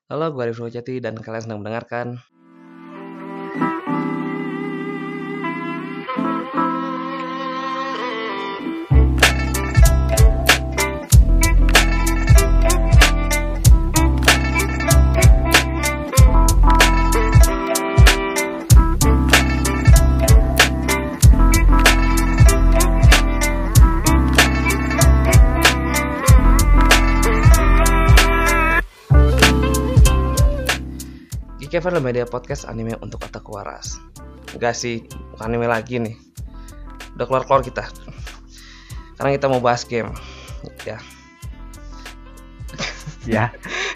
Halo, gue Arif Jati dan kalian sedang mendengarkan Geek Ever Media Podcast anime untuk otak waras. Enggak sih, bukan anime lagi nih. Udah keluar kita. Karena kita mau bahas game. Ya. Ya.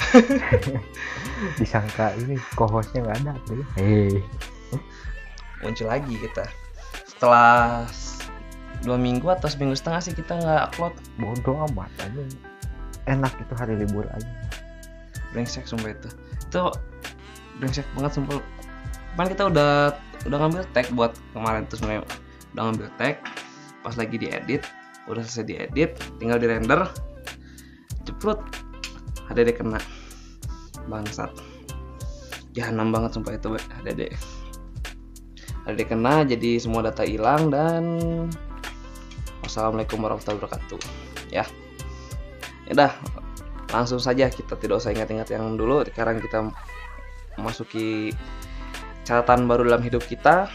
Disangka ini co-hostnya nggak ada tuh. Muncul lagi kita. Setelah 2 minggu atau seminggu setengah sih kita nggak upload. Bodoh amat aja. Enak itu hari libur aja. Brengsek sumpah itu. Itu brengsek banget sumpah. Kemarin kita udah ngambil tag buat kemarin tuh sebenarnya. Udah ngambil tag, pas lagi diedit, udah selesai diedit, tinggal di render. Ceprut. HDD kena. Bangsat. Jahanam banget sumpah itu HDD. HDD kena jadi semua data hilang dan wassalamualaikum warahmatullahi wabarakatuh. Ya. Udah, langsung saja kita tidak usah ingat-ingat yang dulu. Sekarang kita memasuki catatan baru dalam hidup kita.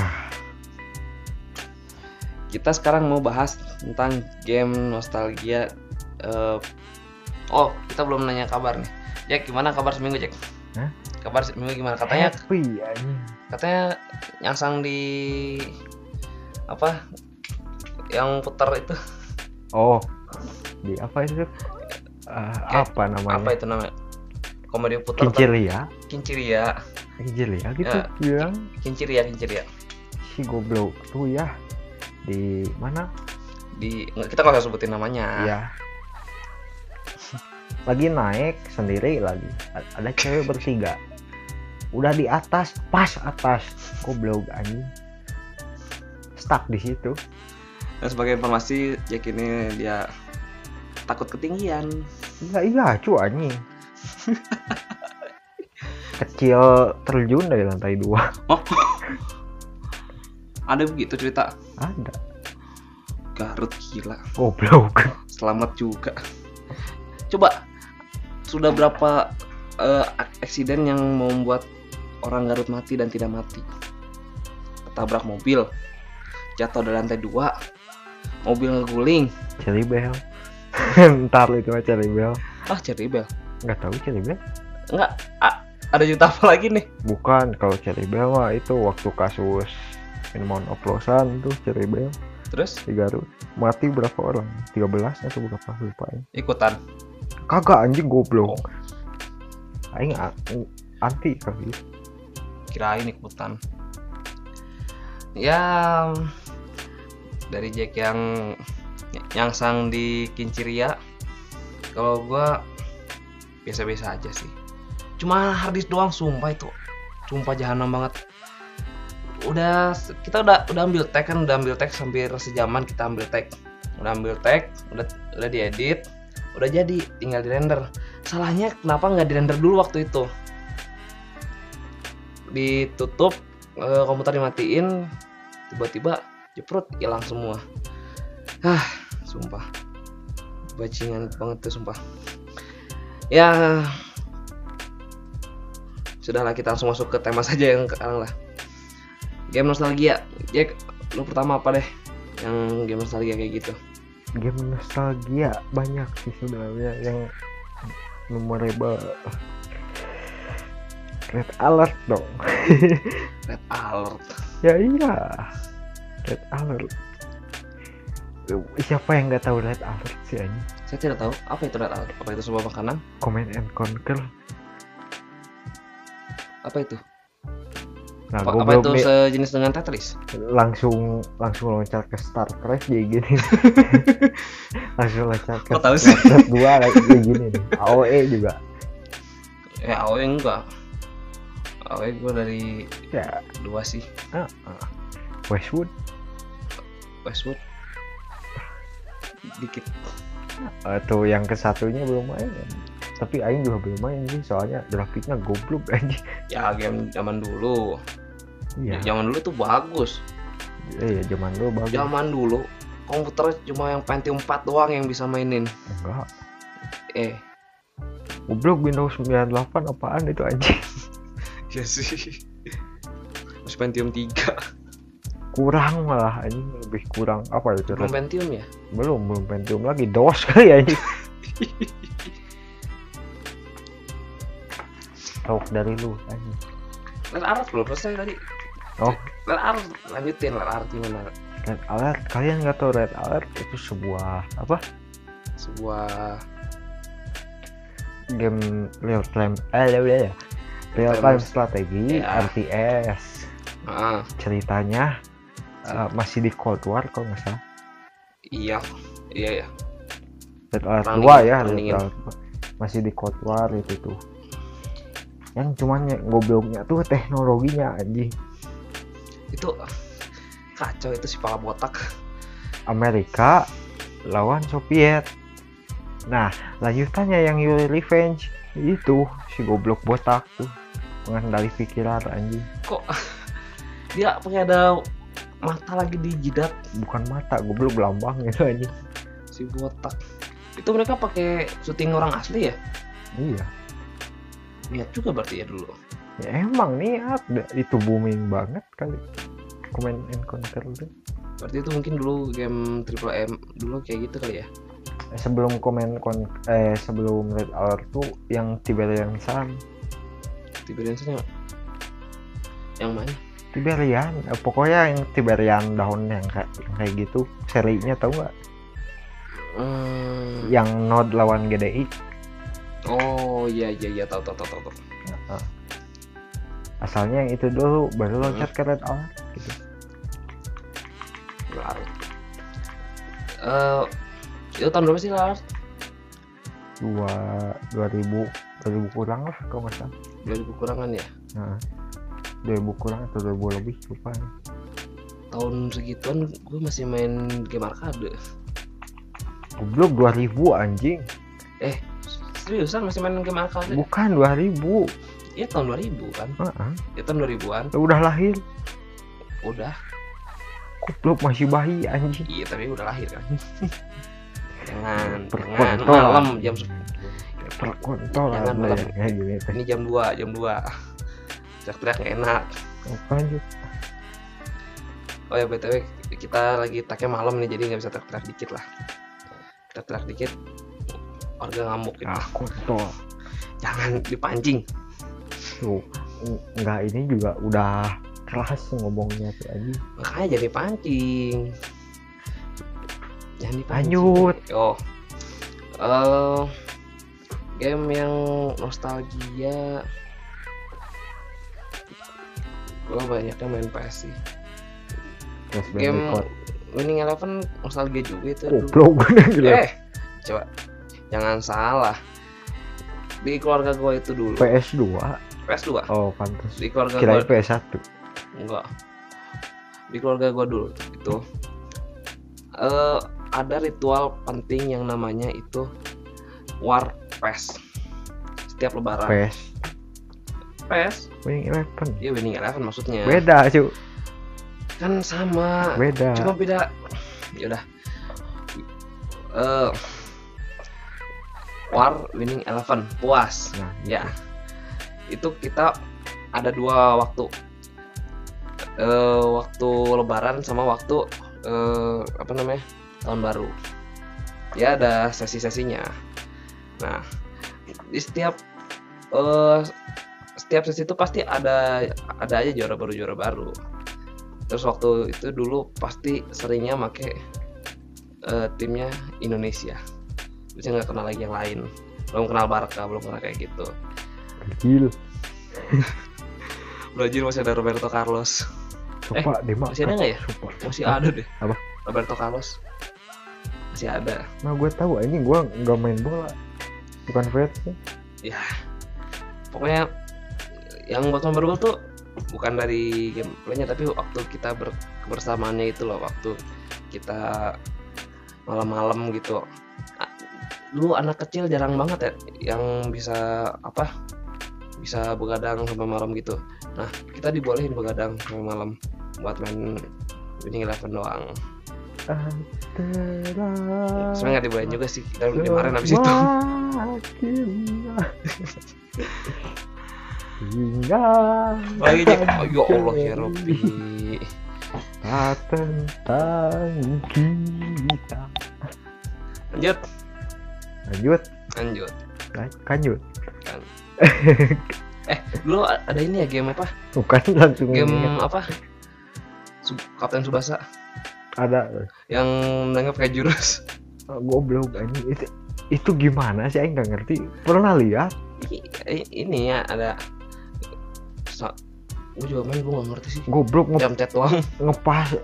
Kita sekarang mau bahas tentang game nostalgia. Kita belum nanya kabar nih. Jack, gimana kabar seminggu, Jack? Hah? Kabar seminggu gimana? Katanya nyasang di apa? Yang putar itu. Oh, di apa itu? Apa namanya? Apa itu namanya? Komedi putar. Kinciria gitu bilang. Kinciria. Si goblok tuh ya. Di mana? Kita nggak usah sebutin namanya. Iya. Lagi naik sendiri lagi. Ada cewek bertiga. Udah di atas, pas atas. Goblok anjing. Stuck di situ. Dan sebagai informasi, Jack ini dia takut ketinggian. Iya, cu anjing. Kecil terjun dari lantai 2. Oh. Ada begitu cerita? Ada. Garut gila. Goblok. Selamat juga. Coba, sudah berapa eksiden yang membuat orang Garut mati dan tidak mati? Ketabrak mobil, jatuh dari lantai 2, mobil ngeguling. Ceribel. Ntar itu mah Ceribel. Ceribel. Nggak tahu Ceribel? Nggak. Ada cerita apa lagi nih? Bukan, kalau Ceribel mah itu waktu kasus minuman oplosan tuh Ceribel. Terus? Di Garut. Mati berapa orang? 13 atau berapa? Lupa ya. Ikutan? Kagak anjing goblok. Aing anti kali. Kirain ikutan. Ya, dari Jack yang nyangsang di Kinciria, kalau gua biasa-biasa aja sih. Cuma harddisk doang, sumpah itu. Sumpah jahanam banget. Kita udah ambil tag kan, udah ambil tag hampir sejaman kita ambil tag. Udah ambil tag, udah diedit, udah jadi, tinggal di render. Salahnya kenapa nggak di render dulu waktu itu? Ditutup, komputer dimatiin, tiba-tiba jeprut hilang semua. Sumpah bajingan banget tuh sumpah. Ya sudahlah, kita langsung masuk ke tema saja yang sekarang lah. Game nostalgia. Jack, lu pertama apa deh yang game nostalgia kayak gitu? Game nostalgia banyak sih sebenarnya yang memorable. Red Alert dong. Red Alert. Ya iya. Red Alert. Siapa yang nggak tahu Red Alert sih ini? Saya tidak tahu apa itu Red Alert. Apa itu sebuah makanan? Command and Conquer. Apa itu? Nah, apa itu sejenis dengan Tetris? Langsung loncat ke StarCraft kayak gini. Langsung loncat ke StarCraft 2 lagi kayak gini nih. AOE juga. AOE enggak. AOE gue dari 2 sih. Westwood dikit. Tuh yang ke satunya belum main. Tapi aing juga belum main sih, soalnya grafiknya goblok anjing. Ya game zaman dulu. Iya. Zaman dulu tuh bagus. Iya, zaman dulu bagus. Zaman dulu komputer cuma yang Pentium 4 doang yang bisa mainin. Enggak. Goblok Windows 98 apaan itu anjing? Ya sih. Masih Pentium 3. Kurang malah anjing, lebih kurang apa itu? Belum Pentium ya? Belum Pentium lagi, DOS kali anjing. Talk dari lu anjing. Red Alert belum selesai tadi. Oh, Red Alert lanjutin. Red Alert gimana? Red Alert, kalian nggak tahu Red Alert itu sebuah apa? Sebuah Game real time strategi, Ya. RTS. Ceritanya masih di Cold War kalau nggak salah. Iya ya. Red Alert Perang 2 ya, dingin. Red Alert 2. Masih di Cold War itu tuh. Yang cuman gobloknya tuh teknologinya anjing. Itu kacau itu si pala botak. Amerika lawan Soviet. Nah, lanjutannya yang Yuri Revenge itu si goblok botak tuh mengendali pikiran anjing. Kok dia pakai ada mata lagi di jidat? Bukan mata, goblok lambang gitu anjing. Si botak. Itu mereka pakai syuting orang asli ya? Iya. Niat juga berarti ya dulu. Ya emang nih ada, itu booming banget kali. Command and Conquer tuh. Berarti itu mungkin dulu game Triple M dulu kayak gitu kali ya? Sebelum sebelum Red Alert tuh yang Tiberian Sun. Tiberian Sun yang mana? Tiberian, pokoknya yang Tiberian daun yang kayak gitu. Serinya tau nggak? Yang Node lawan GDI. Oh iya tahu. Asalnya yang itu dulu baru loncat ke Red Alert gitu. Alert. Itu tahun berapa sih Alert? 2000 kurang lah kalau nggak salah. 2000 kurangan ya? Nah, 2000 kurang atau 2000 lebih lupa. Tahun segituan gue masih main game arcade. Goblok 2000 anjing. Seriusan masih main game arcade? Bukan 2000. Iya tahun 2000 kan? Ya tahun 2000-an. Udah lahir. Udah. Goblok masih bayi anjing. Iya tapi udah lahir kan. jangan Perkontol. malam jam Perkontol. Jangan malam. Ya, gitu. Ini jam 2 teriak-teriak gak enak. Lanjut. Oh ya BTW kita lagi tagnya malam nih, jadi nggak bisa teriak-teriak dikit lah. Kita teriak dikit warga ngamuk gitu. Kontol. Jangan dipancing. Tuh, enggak, ini juga udah keras ngomongnya tuh anjing. Makanya jadi pancing. Jangan dipancing. Lanjut. Game yang nostalgia. Gue banyaknya main PS sih. Game Winning Eleven nostalgia juga itu. Goblok bener. Coba jangan salah. Di keluarga gue itu dulu. PS2. Oh, pantas. Di keluarga Kirain gue. PS1. Enggak. Di keluarga gue dulu itu ada ritual penting yang namanya itu War PES. Setiap lebaran. PES. Winning Eleven. Iya Winning Eleven maksudnya. Beda, cu. Kan sama. Beda. Cuma beda. Yaudah. War Winning Eleven puas. Nah, Ya. Itu kita ada 2 waktu. Waktu lebaran sama waktu tahun baru. Ya ada sesi-sesinya. Nah, di setiap sesi itu pasti ada aja juara baru. Terus waktu itu dulu pasti seringnya make timnya Indonesia. Bisa nggak kenal lagi yang lain. Belum kenal Barca, belum kenal kayak gitu. Gil. Brazil masih ada Roberto Carlos. Coba deh, masih ada nggak ya? Coba. Masih ada deh. Apa? Roberto Carlos. Masih ada. Nah, gue tahu ini gue nggak main bola. Bukan fans. Ya. Pokoknya yang buat memorable tuh bukan dari gameplaynya tapi waktu kita kebersamaannya itu loh, waktu kita malam-malam gitu. dulu anak kecil jarang banget ya yang bisa begadang sampai malam gitu. Nah, kita dibolehin begadang sampai malam buat main Winning Eleven doang. Sebenarnya nggak dibolehin juga sih, kita dimarahin habis itu. Lagi ya Allah ya Robbi. Tentang kita. Lanjut. Lanjut. Dulu ada ini ya game apa? Bukan langsung Game apa? Kapten Tsubasa. Ada Yang menangkap kayak jurus. goblok anjing. Itu gimana sih? Aing nggak ngerti. Pernah lihat? Ini ya ada. Gue juga main, gue nggak ngerti sih. Goblok Jam chat doang. ngepas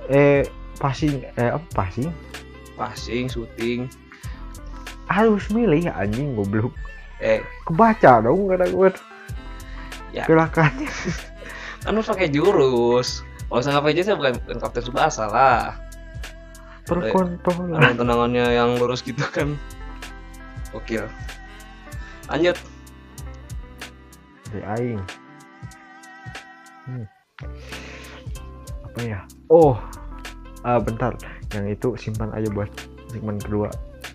Passing, shooting. harus milih anjing goblok. Kebaca dong kata gue. Ya. Gerakannya Kan lu pakai jurus. Kalau misalnya nggak pakai jurus ya bukan Kapten Tsubasa lah. terkontrol. Ada tendangannya yang lurus gitu kan. Oke. Lanjut. Dari aing. Apa ya? Oh, bentar. Yang itu simpan aja buat segmen kedua.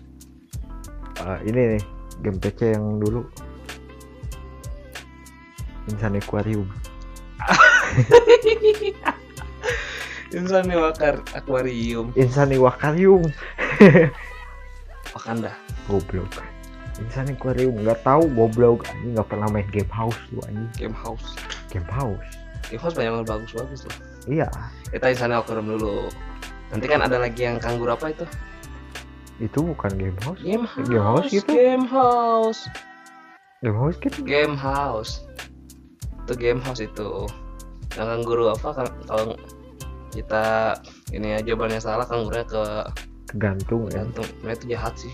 Ini nih game PC yang dulu. Insan Aquarium. Insan Aquarium. Insan Aquarium. Wakanda. Goblok. Insan Aquarium nggak tahu goblok. Ini nggak pernah main Game House lu anjing. Game House banyak yang bagus-bagus loh. Iya. Kita Insan Aquarium dulu. Nanti kan ada lagi yang kanggur apa itu? Itu bukan Game House. Game House gitu. Game House gitu. Game House. Itu Game House itu. Yang kanguru apa kan kalau kita ini aja jawabannya salah, kangurunya Kegantung. Nah, itu jahat sih.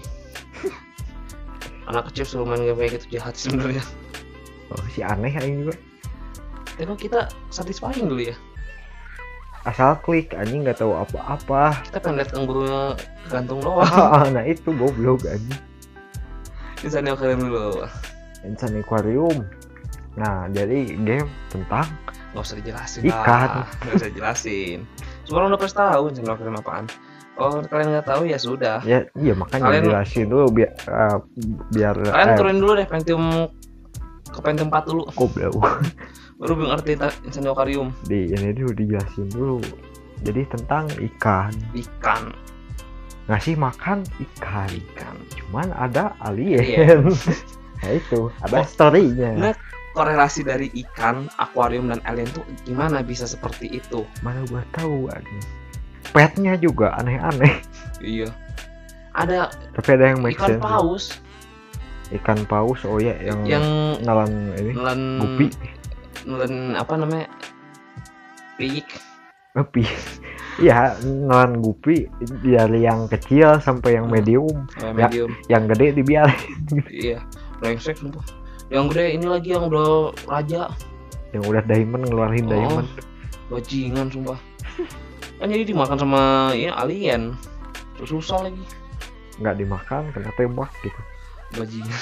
Anak kecil suruh main game kayak gitu jahat sebenarnya. Oh, si aneh anjing juga. Tapi kita satisfying dulu ya. Asal klik anjing nggak tahu apa-apa. Kita pengen lihat kangurunya gantung doang. Nah itu goblok anjing. Insan Aquarium dulu. Insan Aquarium. Nah, jadi game tentang Nggak usah dijelasin ikan. Nggak usah jelasin. Semua orang udah pasti tahu Insan Aquarium apaan. Kalau kalian nggak tahu ya sudah. Ya, iya makanya Kalian- jelasin dulu biar Kalian turunin dulu deh Pentium 4 dulu. goblok. Baru ngerti Insan Aquarium. Ini dulu dijelasin dulu. Jadi tentang ikan. Ngasih makan ikan. Cuman ada alien. Nah itu, ada story-nya. Nah, korelasi dari ikan, akuarium dan alien tuh gimana bisa seperti itu? Mana gua tahu anjing. Petnya juga aneh-aneh. Iya. Ada Tapi ada yang make ikan sense. paus Ikan paus, oh ya yang nelan ini. nelan Gupi. nelan apa namanya? Pik. Gupi. Iya, nelan gupi dari yang kecil sampai yang medium. Medium. Yang gede dibiarin. Iya. Brengsek sumpah. Yang gede ini lagi yang udah raja. Yang udah diamond ngeluarin diamond. Bajingan sumpah. Kan jadi dimakan sama ya alien. Terus susah lagi. Nggak dimakan, kena tembak gitu. Bajingan.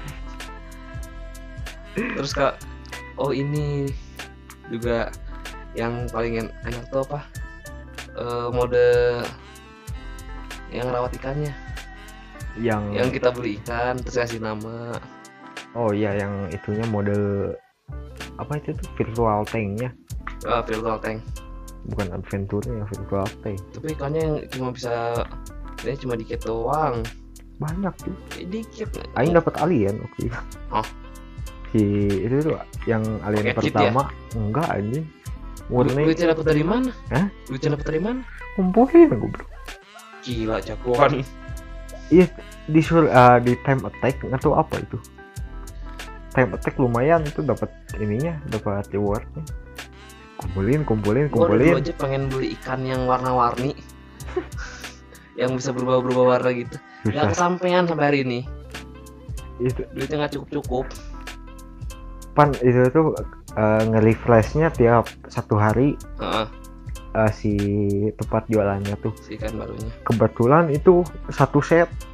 Terus Kak, ini juga yang paling enak tuh apa? Mode yang rawat ikannya. Yang kita beli ikan terus kasih nama. Oh iya, yang itunya mode apa itu tuh, virtual tanknya. Virtual tank. Bukan adventure-nya, virtual tank. Tapi ikannya yang cuma dikit doang. Banyak tuh. Dikit. Aing dapat alien oke. Oh. Si itu tuh yang alien Pakai cheat pertama enggak anjing. Murni Duitnya dapat dari mana? Hah? Duitnya dapat dari mana? kumpulin goblok. Gila jagoan. Iya, di time attack nggak tahu apa itu. Time attack lumayan itu dapat ininya, dapat rewardnya. Kumpulin. Gua dulu aja pengen beli ikan yang warna-warni. Yang bisa berubah-ubah warna gitu. Nggak Susah. kesampaian sampai hari ini. Itu Duitnya nggak cukup. pan itu tuh nge-refreshnya tiap 1 hari. Heeh, Si tempat jualannya tuh si ikan barunya. kebetulan itu 1 set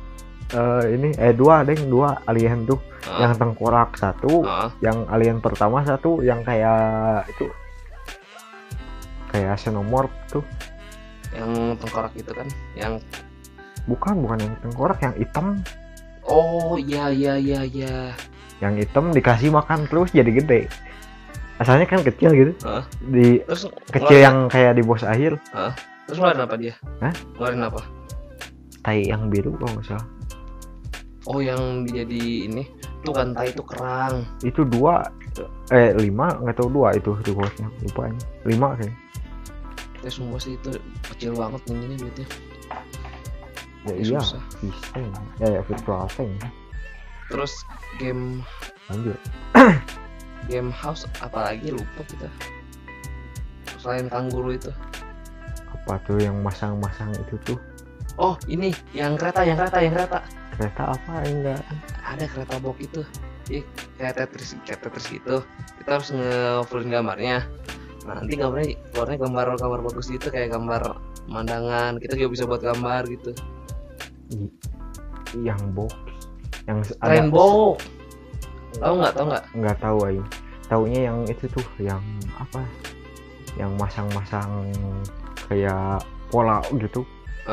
ini dua alien tuh, yang tengkorak satu, yang alien pertama satu, yang kayak itu kayak xenomorph tuh. Yang tengkorak itu kan, yang bukan yang tengkorak, yang hitam. oh iya. Yang hitam dikasih makan terus jadi gede. Asalnya kan kecil gitu. Di terus kecil yang kayak di bos akhir. Terus ngeluarin apa dia? Ngeluarin apa? Tai yang biru kalau nggak salah. Oh yang jadi ini tuh kan, tai itu kerang. Itu 5 nggak tahu 2 itu di bosnya, lupa aja. 5 kayaknya. Sumpah sih itu kecil banget ininya duitnya. Ya iya, fisting. Ya virtual tank. Terus game lanjut. Game house apalagi lupa kita. Selain kangguru itu. Apa tuh yang masang-masang itu tuh? Oh, ini yang kereta. Kereta apa enggak? Ada kereta box itu. Kayak Tetris gitu. Kita harus nge-fullin gambarnya. Nah, nanti keluarnya gambar bagus gitu, kayak gambar pemandangan. Kita juga bisa buat gambar gitu. Yang box, yang rainbow. Tahu nggak? Nggak tahu aja. Taunya yang itu tuh, yang apa? Yang masang-masang kayak pola gitu.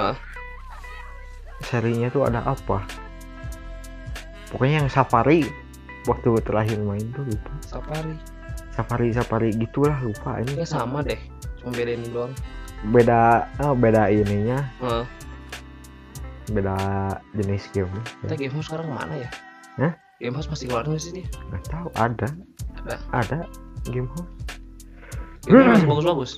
Serinya tuh ada apa? Pokoknya yang safari. Waktu terakhir main tuh lupa. Safari gitulah, lupa ini. Ya sama deh, cuma beda ini doang. Beda ininya. Beda jenis game. Kita game house sekarang mana ya? Game house masih keluar nggak sih dia? Nggak tahu. Ada game house. Game masih bagus-bagus.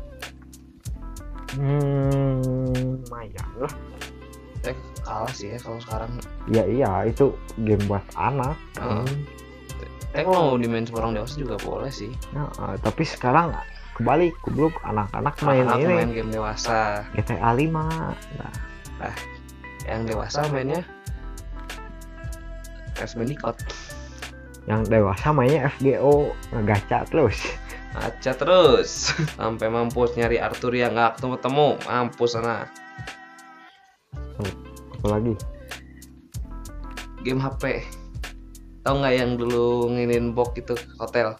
Lumayan lah. Kalah sih ya kalau sekarang. Iya itu game buat anak. Kalau dimain sama orang dewasa juga boleh sih. Tapi sekarang kebalik, dulu anak-anak main game dewasa. GTA 5. Nah, yang dewasa mainnya Crash Bandicoot. Yang dewasa mainnya FGO, ngegacha terus. Sampai mampus nyari Arthur yang nggak ketemu, mampus sana. Apa lagi? Game HP. Tahu nggak yang dulu nginin box itu hotel?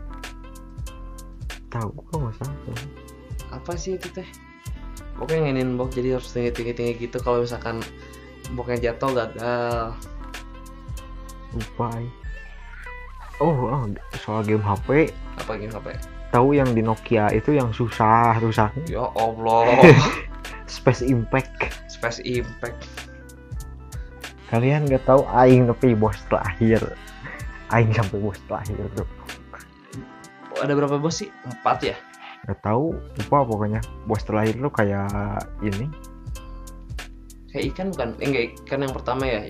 Tahu kok, nggak salah. Apa sih itu teh? Pokoknya nginin box jadi harus tinggi gitu. Kalau misalkan boxnya jatuh gagal. Lupa. Soal game HP. Apa game HP? Tahu yang di Nokia itu yang susah rusaknya? Ya Allah. Space Impact. Kalian nggak tahu aing tapi bos terakhir. Aing sampai bos terakhir tuh. Ada berapa bos sih? 4 ya? Nggak tahu, lupa pokoknya. Bos terakhir tuh kayak ini. Kayak ikan bukan? Enggak, ikan yang pertama ya,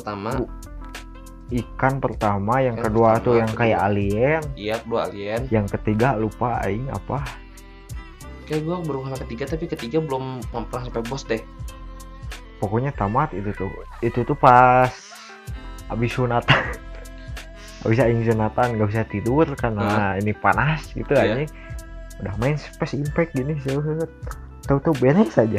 Ikan pertama, yang kedua tuh yang kayak alien. Iya, 2 alien. Yang ketiga lupa aing apa. Kayak gua baru sampai ketiga belum pernah sampai bos deh. Pokoknya tamat itu tuh. Itu tuh pas habis sunatan. Habis aing sunatan nggak bisa tidur karena ini panas gitu aja. Udah main Space Impact gini sih. Tahu-tahu beres saja.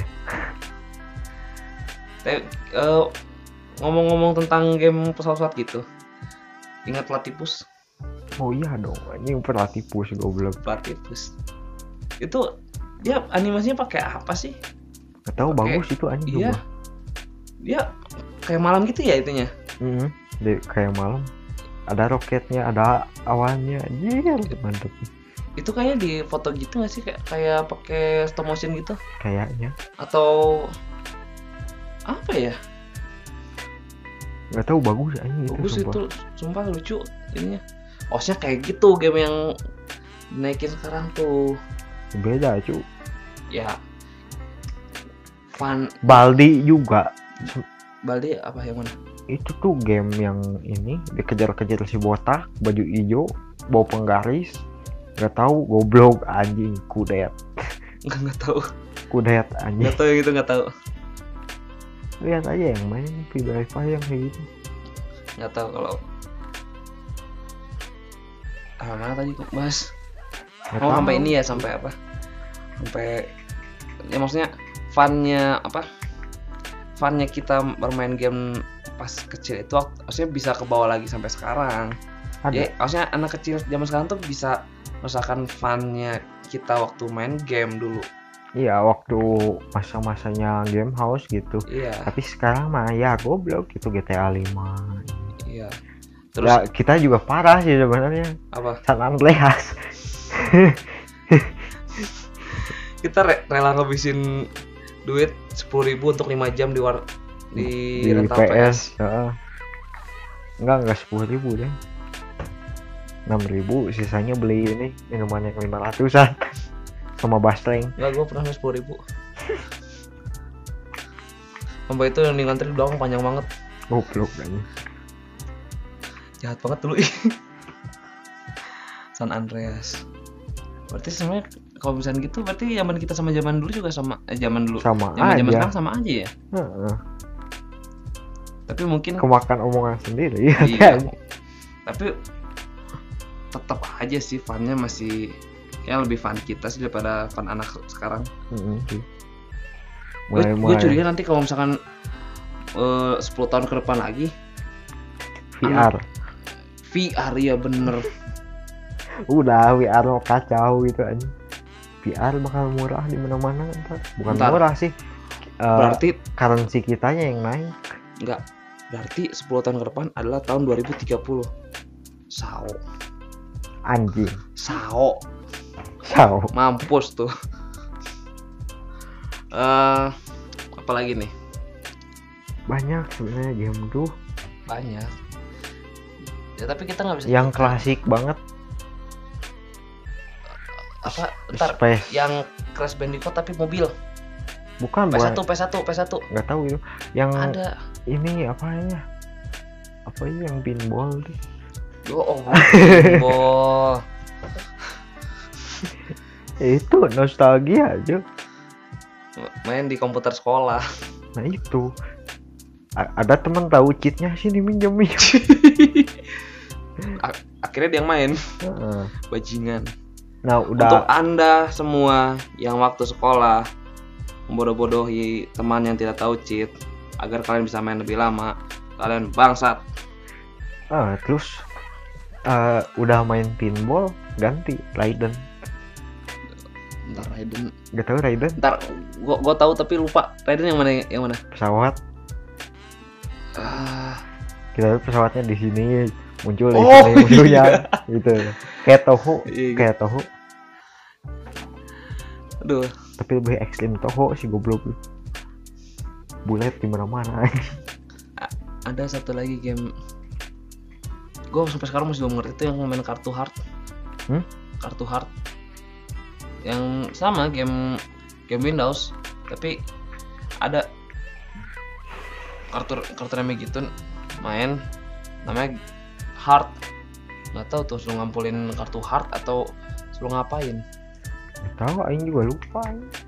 Ngomong-ngomong tentang game pesawat gitu, ingat Platypus? Oh iya dong, ini Platypus goblok. Platypus itu dia animasinya pakai apa sih? Gak tahu, bagus itu anjing. Iya, dia kayak malam gitu ya itunya. Dia kayak malam, ada roketnya, ada awannya, mantep. Itu kayaknya di foto gitu nggak sih, kayak pakai stop motion gitu? Kayaknya. Atau apa ya? Nggak tahu, bagus aja itu. Bagus itu, sumpah lucu ininya. Osnya kayak gitu game yang naikin sekarang tuh. Beda cu. Ya. Fun. Baldi juga. Baldi apa yang mana? Itu tuh game yang ini dikejar-kejar si botak baju hijau bawa penggaris. Nggak tahu, goblok anjing, kudet. Nggak tahu. Kudet anjing. Nggak tahu gitu, nggak tahu. Lihat aja yang main PewDiePie yang kayak gitu. Nggak tahu kalau mana tadi mas. Sampai ini ya, sampai apa? Sampai ya maksudnya funnya apa? Funnya kita bermain game pas kecil itu maksudnya bisa ke bawah lagi sampai sekarang. Ada. Ya, maksudnya anak kecil zaman sekarang tuh bisa merasakan fun-nya kita waktu main game dulu. Iya, waktu masa-masanya game house gitu. Iya. Tapi sekarang mah ya goblok gitu GTA 5. Iya. Terus ya, kita juga parah sih sebenarnya. Apa? San Andreas. Kita rela ngabisin duit 10.000 untuk 5 jam di rental PS. Enggak 10.000 deh. 6.000, sisanya beli ini minuman yang 500-an sama Basleng. Enggak, gue pernah 10.000. Sampai itu yang di ngantri doang panjang banget. Goblok kan. Jahat banget dulu. San Andreas. Berarti sebenarnya kalau misalnya gitu berarti zaman kita sama zaman dulu juga sama zaman dulu. Sama zaman aja. Sekarang sama aja ya. Tapi mungkin kemakan omongan sendiri. Iya. Tapi tetap aja sih funnya masih kayak lebih fun kita sih daripada fun anak sekarang. Gue curiga nanti kalau misalkan 10 tahun ke depan lagi VR ya bener. Udah VR mau kacau gitu aja. VR bakal murah di mana-mana ntar. Bukan murah sih. Berarti currency kitanya yang naik. Enggak. Berarti 10 tahun ke depan adalah tahun 2030. Sao. Anjing. Sao. Mampus tuh. Apalagi nih? Banyak sebenarnya game tuh. Banyak. Ya tapi kita nggak bisa. Yang klasik banget. Apa? Ntar yang Crash Bandicoot tapi mobil. Bukan PS1. Nggak tahu itu. Yang ada. Ini apanya? Apa ini yang pinball tuh? Pinball. Itu nostalgia aja. Main di komputer sekolah. Nah itu. Ada teman tahu cheatnya sini minjem. Akhirnya dia yang main. Bajingan. Nah udah. Untuk Anda semua yang waktu sekolah membodoh-bodohi teman yang tidak tahu cheat agar kalian bisa main lebih lama, kalian bangsat. Terus udah main pinball ganti Raiden. Ntar Raiden. Gak tahu Raiden. Ntar gua tahu tapi lupa Raiden yang mana? Pesawat. Kita lihat pesawatnya di sini muncul di sini munculnya gitu. Kayak Toho. Aduh. Tapi lebih ekstrim Toho sih goblok. Bulet di mana-mana. Ada satu lagi game. Gue sampai sekarang masih belum ngerti itu yang main kartu heart. Kartu heart. Yang sama game Windows, tapi ada kartu reme gitu main namanya heart. Nggak tahu tuh suruh ngampulin kartu heart atau suruh ngapain. Nggak tahu, aing juga lupa.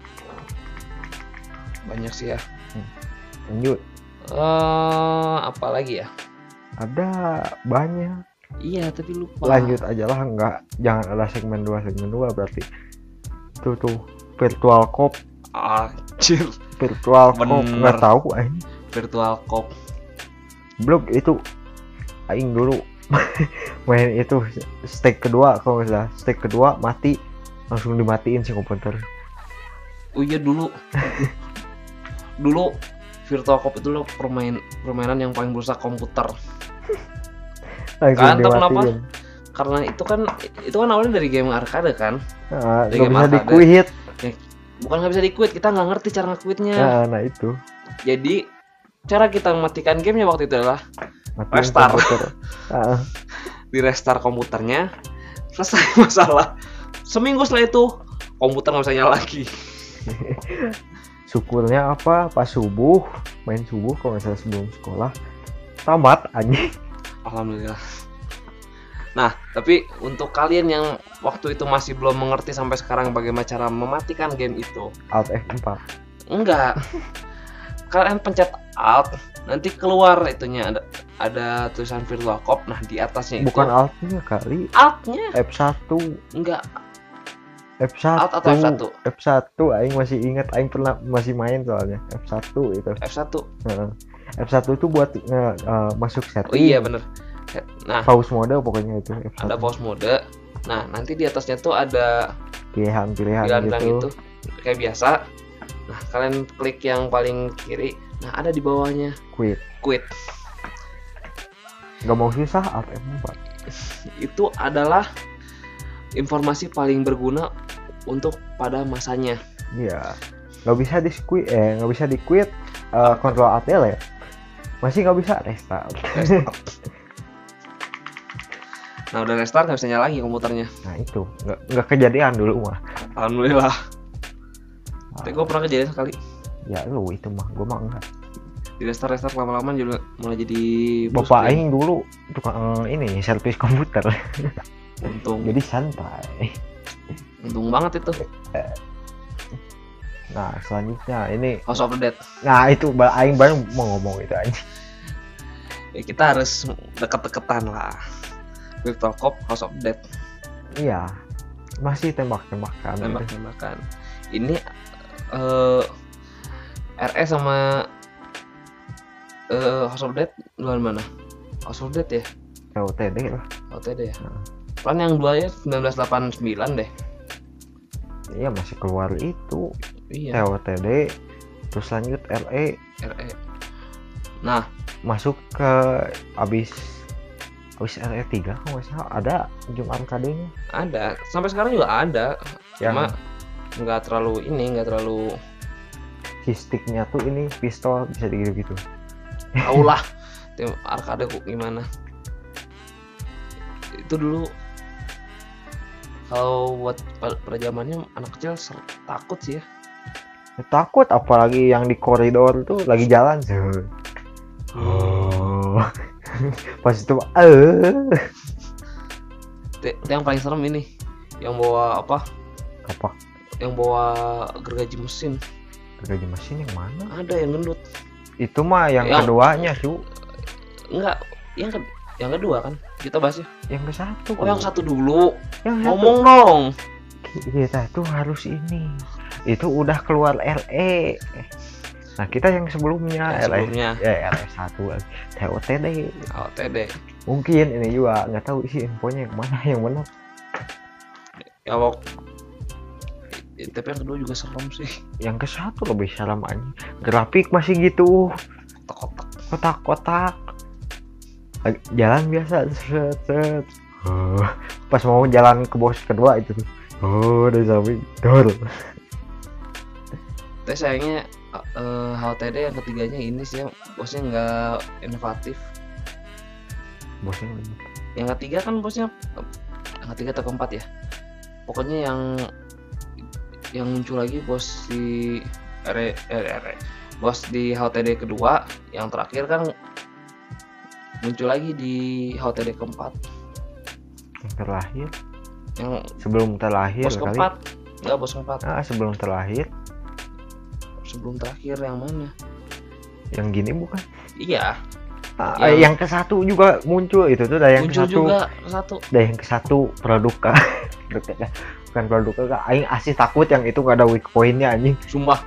Banyak sih ya. Lanjut. Apa lagi ya? Ada banyak. Iya, tapi lupa. Lanjut aja lah, jangan ada segmen 2 berarti. Tuh Virtual Cop. Anjir. Virtual Cop nggak tahu aing. Virtual Cop. Belum itu aing dulu main itu stake kedua kalau nggak salah. Stake kedua mati langsung dimatiin si komputer. Oh iya dulu Virtual Cop itu loh permainan yang paling merusak komputer. Kan tau kenapa? Karena itu kan awalnya dari game arcade kan. Nggak bisa di-quit. Ya, bukan nggak bisa di-quit, kita nggak ngerti cara nge-quitnya. Nah itu. Jadi cara kita mematikan gamenya waktu itu adalah restart. Di restart komputernya, selesai masalah. Seminggu setelah itu komputer nggak bisa nyala lagi. Syukurnya apa? Pas subuh, main subuh kalau nggak salah sebelum sekolah, tamat anjing. Alhamdulillah. Nah, tapi untuk kalian yang waktu itu masih belum mengerti sampai sekarang bagaimana cara mematikan game itu, Alt F4. Enggak. Kalian pencet Alt, nanti keluar itunya ada tulisan Virtual Cop. Nah, di atasnya itu. Bukan Alt-nya kali. Alt-nya. F1. Enggak. F1. Alt atau F1? F1 aing masih ingat, aing pernah masih main soalnya. F1 itu. F1. F1 itu buat masuk setting. Oh iya bener. Nah, Pause mode pokoknya itu F1. ada pause mode. Nah, nanti di atasnya tuh ada Pilihan-pilihan gitu. Kayak biasa. Nah, kalian klik yang paling kiri. Nah, ada di bawahnya quit. Gak mau susah, Alt F4. Itu adalah informasi paling berguna untuk pada masanya. Iya. Nggak bisa di quit Control Alt L ya. Masih nggak bisa restart. Nah, udah restart nggak bisa nyala lagi komputernya. Nah itu nggak kejadian dulu mah. Alhamdulillah. Tapi gue pernah kejadian sekali. Ya lu itu mah, gue mah enggak. Di restart lama-lama juga mulai jadi Bapak aing dulu tukang ini servis komputer. Untung. Jadi santai. Untung banget itu. Nah selanjutnya ini House of the Dead. Nah itu aing baru mau ngomong itu aja. Ya, kita harus deket-deketan lah. Virtual Cop House of the Dead. Iya. Masih tembak-tembakan. Ini RE sama House of the Dead duluan mana? House of the Dead ya? OTD lah. OTD ya. Kan yang dua ya 1989 deh. Iya masih keluar itu. Iya. TOTD terus lanjut RE. Nah, masuk ke abis RE3 kalau nggak salah ada Jum arcade-nya. Ada. Sampai sekarang juga ada. Cuma nggak terlalu si sticknya tuh ini pistol bisa gitu. Tahu lah. Tim arcade kok gimana. Itu dulu kalau buat pada zamannya anak kecil takut sih ya. Takut apalagi yang di koridor tuh lagi jalan tuh. Pas itu yang paling serem ini yang bawa apa? Yang bawa gergaji mesin yang mana? Ada yang gendut. Itu mah yang keduanya cu. Enggak, yang kedua kan kita bahasnya. Yang ke satu. Oh yang satu dulu. Ngomong dong. Kita tuh harus ini. Itu udah keluar RE. Nah kita yang sebelumnya RE1 TOTD. Mungkin ini juga nggak tahu sih infonya yang mana yang benar. Ya tapi yang kedua juga serem sih. Yang ke satu lebih serem aja. Grafik masih gitu. Kotak-kotak. Jalan biasa. Set. Pas mau jalan ke bos kedua itu tuh. Dari samping dor. Tapi sayangnya HOTD yang ketiganya ini sih bosnya nggak inovatif. Bosnya yang ketiga kan bosnya yang ketiga atau keempat ya. Pokoknya yang muncul lagi bos di bos di HOTD kedua, yang terakhir kan muncul lagi di HOTD keempat. Yang terakhir? Yang sebelum terakhir bos keempat. Enggak, bos keempat. Sebelum terakhir. Sebelum terakhir yang mana? Yang gini bukan? Iya. Yang ke satu juga muncul itu tuh dari yang muncul ke satu. Dari yang ke satu produk bukan produk kak. Aing asli takut yang itu gak ada weak point-nya anjing. Sumpah.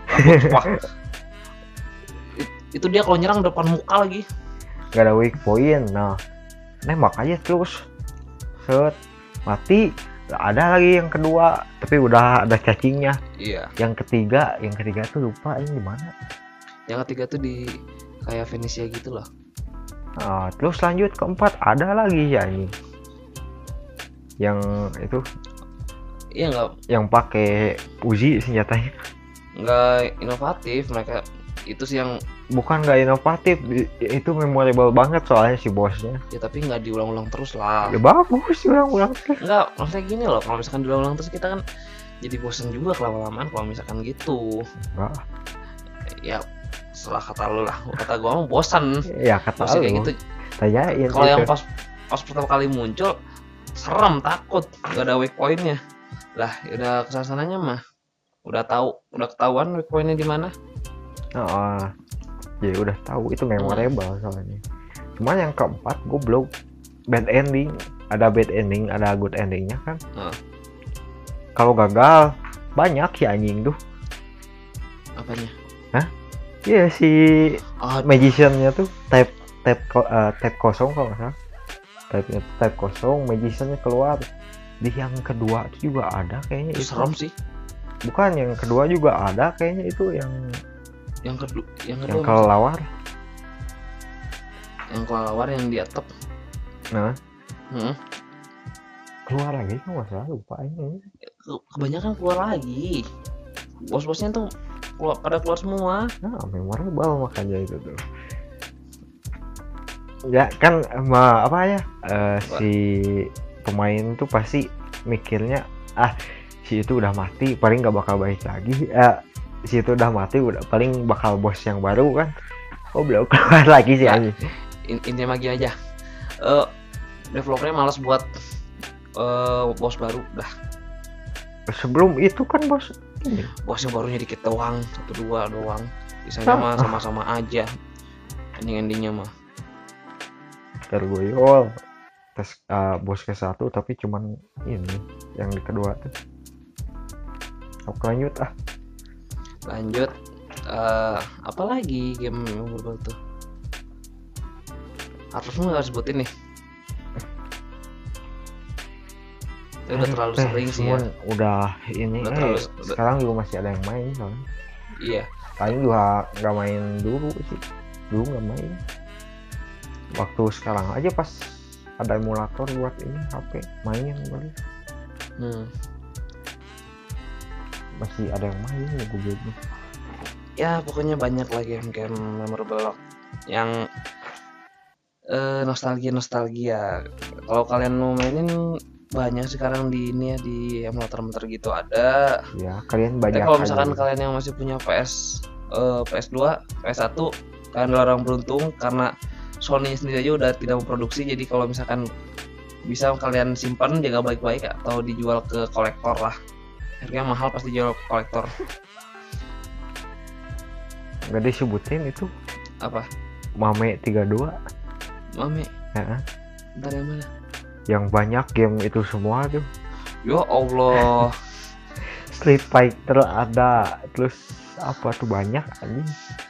Itu dia kalau nyerang depan muka lagi. Gak ada weak point. Nah, nembak aja terus. Set, mati. Ada lagi yang kedua, tapi udah ada cacingnya. Iya. Yang ketiga tuh lupa ini di mana. Yang ketiga tuh di kayak Venesia gitu loh. Nah, terus lanjut keempat ada lagi ya ini. Yang itu. Iya nggak? Yang pakai Uzi senjatanya. Nggak inovatif mereka. Itu sih yang bukan nggak inovatif, itu memorable banget soalnya si bosnya. Ya tapi nggak diulang-ulang terus lah. Ya bagus diulang-ulang terus. Nggak, maksudnya gini loh, kalau misalkan diulang-ulang terus kita kan jadi bosan juga kelama-lamaan kalau misalkan gitu. Enggak. Ya setelah kata lu lah, kata gua mah bosan. Ya kata lu kayak gitu. Tanyain. Kalau yang pas pertama kali muncul serem, takut, nggak ada weak point-nya. Lah, udah kesananya mah udah ketahuan weak point-nya di mana. Ya udah tahu itu memorable soalnya. Cuman yang keempat goblok, bad ending. Ada bad ending, ada good endingnya kan. Kalau gagal banyak ya anjing tuh. Apanya? Hah? Iya si Ah, magiciannya tuh tab kosong kalau nggak salah. Tab kosong, magiciannya keluar. Di yang kedua itu juga ada kayaknya itu itu. serem sih. Bukan, yang kedua juga ada kayaknya itu Yang kedua yang maksud- kelelawar. yang kelelawar yang di atap. Nah, Hmm. keluar lagi kok nggak salah, lupa ini. Kebanyakan keluar lagi. Bos-bosnya tuh pada keluar semua. Nah, memorable makanya itu tuh. Ya kan apa ya? Si pemain tuh pasti mikirnya si itu udah mati, paling nggak bakal balik lagi. Si itu udah mati, udah paling bakal bos yang baru kan. Oh, belum keluar lagi sih Nah, anjing. Intinya lagi aja. Developernya malas buat bos baru dah. Sebelum itu kan bos ini. Bosnya barunya dikit doang, 1-2 doang. Sisanya mah sama-sama aja. Ending-endingnya mah. Gargoyle tes bos ke-1 tapi cuman ini yang di kedua tuh. Oke, lanjut Lanjut. Apa lagi game memorable tuh? Harusnya nggak sebutin nih. Itu udah terlalu sering sih ya. Udah ini sekarang juga masih ada yang main soalnya. Iya. Paling juga nggak main dulu sih. Dulu nggak main. Waktu sekarang aja pas ada emulator buat ini HP main baru. Masih ada yang main ya gue. Ya pokoknya banyak lah game-game memorable yang nostalgia. Kalau kalian mau mainin banyak sekarang di ini ya, di emulator gitu ada. Ya kalian banyak. Kalau misalkan kalian yang masih punya PS2, PS1, kalian adalah orang beruntung karena Sony sendiri aja udah tidak memproduksi. Jadi kalau misalkan bisa kalian simpan, jaga baik-baik atau dijual ke kolektor lah. Harganya mahal pasti dijual ke kolektor. Nggak disebutin itu Apa? Mame 32. Mame? Bentar yang mana? Yang banyak game itu semua tuh. Ya Allah. Street Fighter ada, terus apa tuh banyak anjing.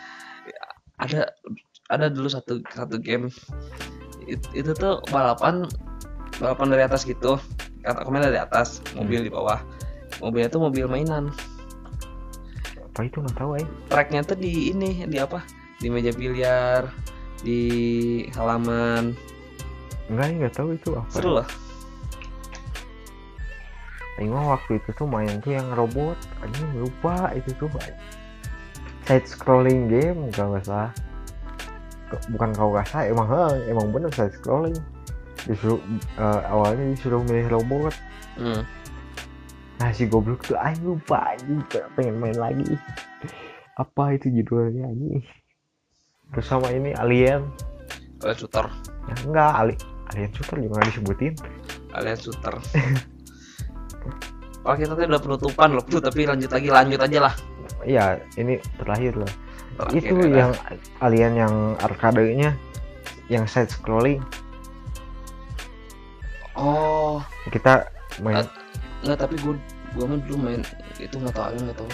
Ada dulu satu game itu tuh balapan dari atas gitu. Katakanlah dari atas, mobil di bawah. Mobilnya tuh mobil mainan. Apa itu nggak tahu Tracknya tuh di ini, di apa? Di meja biliar, di halaman. Nggak tahu itu apa. Seru lah. Waktu itu tuh main tuh yang robot, anjing lupa itu tuh side scrolling game kalau nggak salah. Bukan kalau nggak salah, emang bener side scrolling. Disuruh awalnya disuruh milih robot. Nah si goblok tuh lupa anjing, pengen main lagi. Apa itu judulnya anjing? Terus sama ini Alien Shooter. Ya, enggak, Alien Shooter juga nggak disebutin. Alien Shooter. Kalau kita tuh udah penutupan loh, tapi lanjut aja lah. Iya, ini terakhir lah. Itu ya. Yang Alien yang arcade-nya yang side scrolling. Oh, kita main. Enggak, tapi gue mah dulu main itu nggak tahu.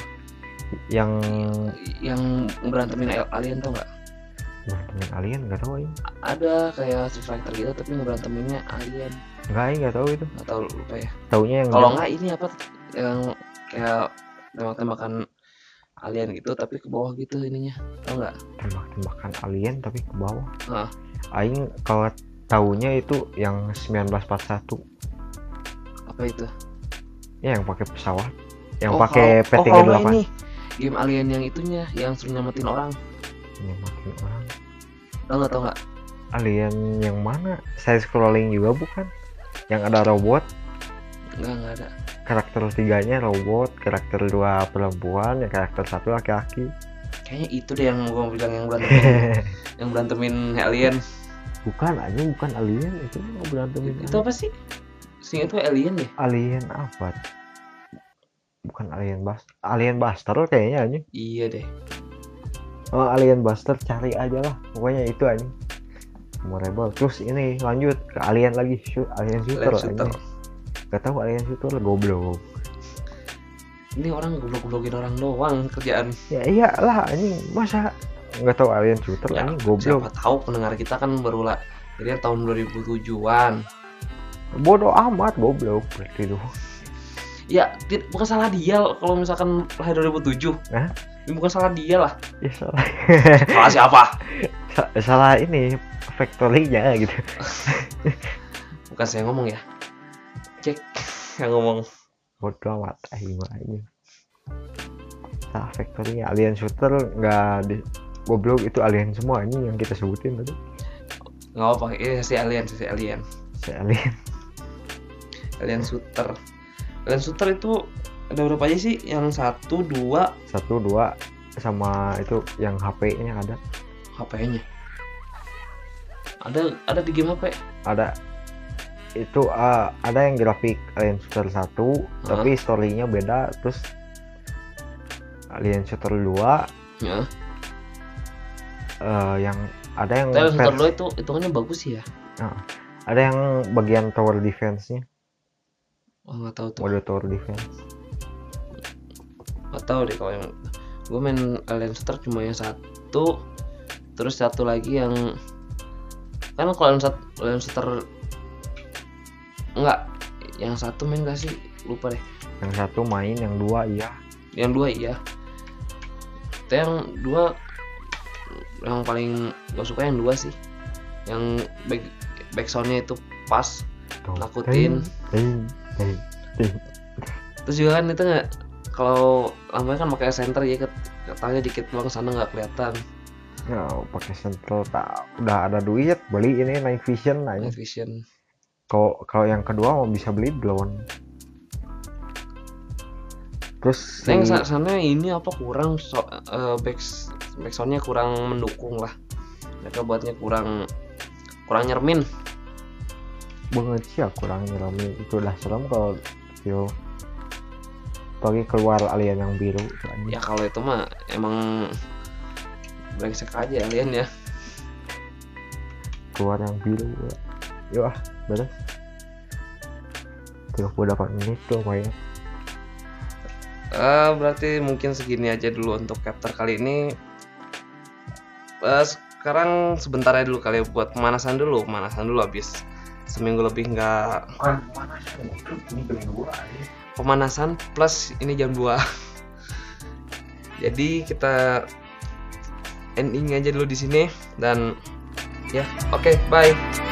Yang berantemin alien tau nggak? Berantemin alien nggak tahu ini. Ada kayak Street Fighter gitu tapi ngeberanteminnya alien. Nggak tahu itu. Nggak tahu, lupa ya. Taunya yang kalau nggak ini apa yang kayak tembak-tembakan alien gitu tapi ke bawah gitu ininya, tau nggak? Tembak-tembakan alien tapi ke bawah. Aing kalau taunya itu yang 1941. Apa itu? Ya yang pakai pesawat, yang pakai P38. Ini game alien yang itunya yang suruh nyamatin orang. Nyamatin orang. Tau nggak? Alien yang mana? Side scrolling juga bukan? Yang ada robot? Nggak ada. Karakter 3-nya robot, karakter 2 perempuan, ya karakter 1 laki-laki. Kayaknya itu deh yang gua bilang yang berantemin alien. Bukan alien, itu berantemin. Itu apa sih? Sing itu alien deh. Alien apa? Bukan Alien Buster kayaknya aja. Iya deh. Oh, Alien Buster, cari aja lah. Pokoknya itu aja. Memorable. Terus ini lanjut ke Alien lagi, Alien Shooter. Gak tahu Alien Shooter, goblok. Ini orang goblok-goblokin orang doang kerjaan. Ya iyalah anjing, masa nggak tahu alien shooter Ya, anjing goblok. siapa tahu pendengar kita kan baru lah jadi tahun 2007-an. Bodoh amat goblok berarti tuh. Ya, bukan salah dia kalau misalkan lahir 2007. Hah? Ini bukan salah dia lah. Ya salah. Salah siapa? Salah ini factory-nya gitu. Bukan saya ngomong ya. Cek yang ngomong. Bodoh amat ini. Salah factory-nya. Alien shooter nggak di goblok, itu alien semua ini yang kita sebutin tadi. Nggak apa, ini si alien. Si alien. Alien shooter. Alien shooter itu ada berapa aja sih? Yang 1, 2 sama itu yang HP-nya ada. HP-nya. Ada di game HP. Ada itu ada yang grafik Alien Shooter 1 tapi story-nya beda, terus Alien Shooter 2 ya. Yang ada yang Alien Shooter 2 itu hitungannya bagus sih ya. Ada yang bagian tower defense-nya. Oh, nggak tahu tuh. Mode tower defense. Nggak tahu deh kalau yang gue main Alien Shooter cuma yang 1, terus satu lagi yang kan kalau Alien Shooter enggak, yang 1 main gak sih, lupa deh. Yang 1 main, yang 2 iya. Yang 2 iya. Tapi yang 2 yang paling gue suka yang 2 sih, yang back soundnya itu pas, nakutin. Terus juga kan itu nggak, kalau lamanya kan pakai center ya, katanya dikit doang sana nggak kelihatan. Ya pakai center, udah ada duit beli ini night vision aja. Night vision. Kalau yang kedua mau bisa beli drone. Terus yang sana ini apa kurang back soundnya kurang mendukung lah. Mereka buatnya kurang nyermin. Banget sih ya, kurang nyermin. Itu udah serem kalau video pagi keluar alien yang biru. Ya kalau itu mah emang brengsek aja alien ya. Keluar yang biru. Yuk beres. 38 menit tuh mainnya. Berarti mungkin segini aja dulu untuk chapter kali ini. Sekarang sebentar aja dulu kali buat pemanasan dulu habis seminggu lebih nggak. Pemanasan plus ini jam 2. Jadi kita ending aja dulu di sini dan ya, oke, bye.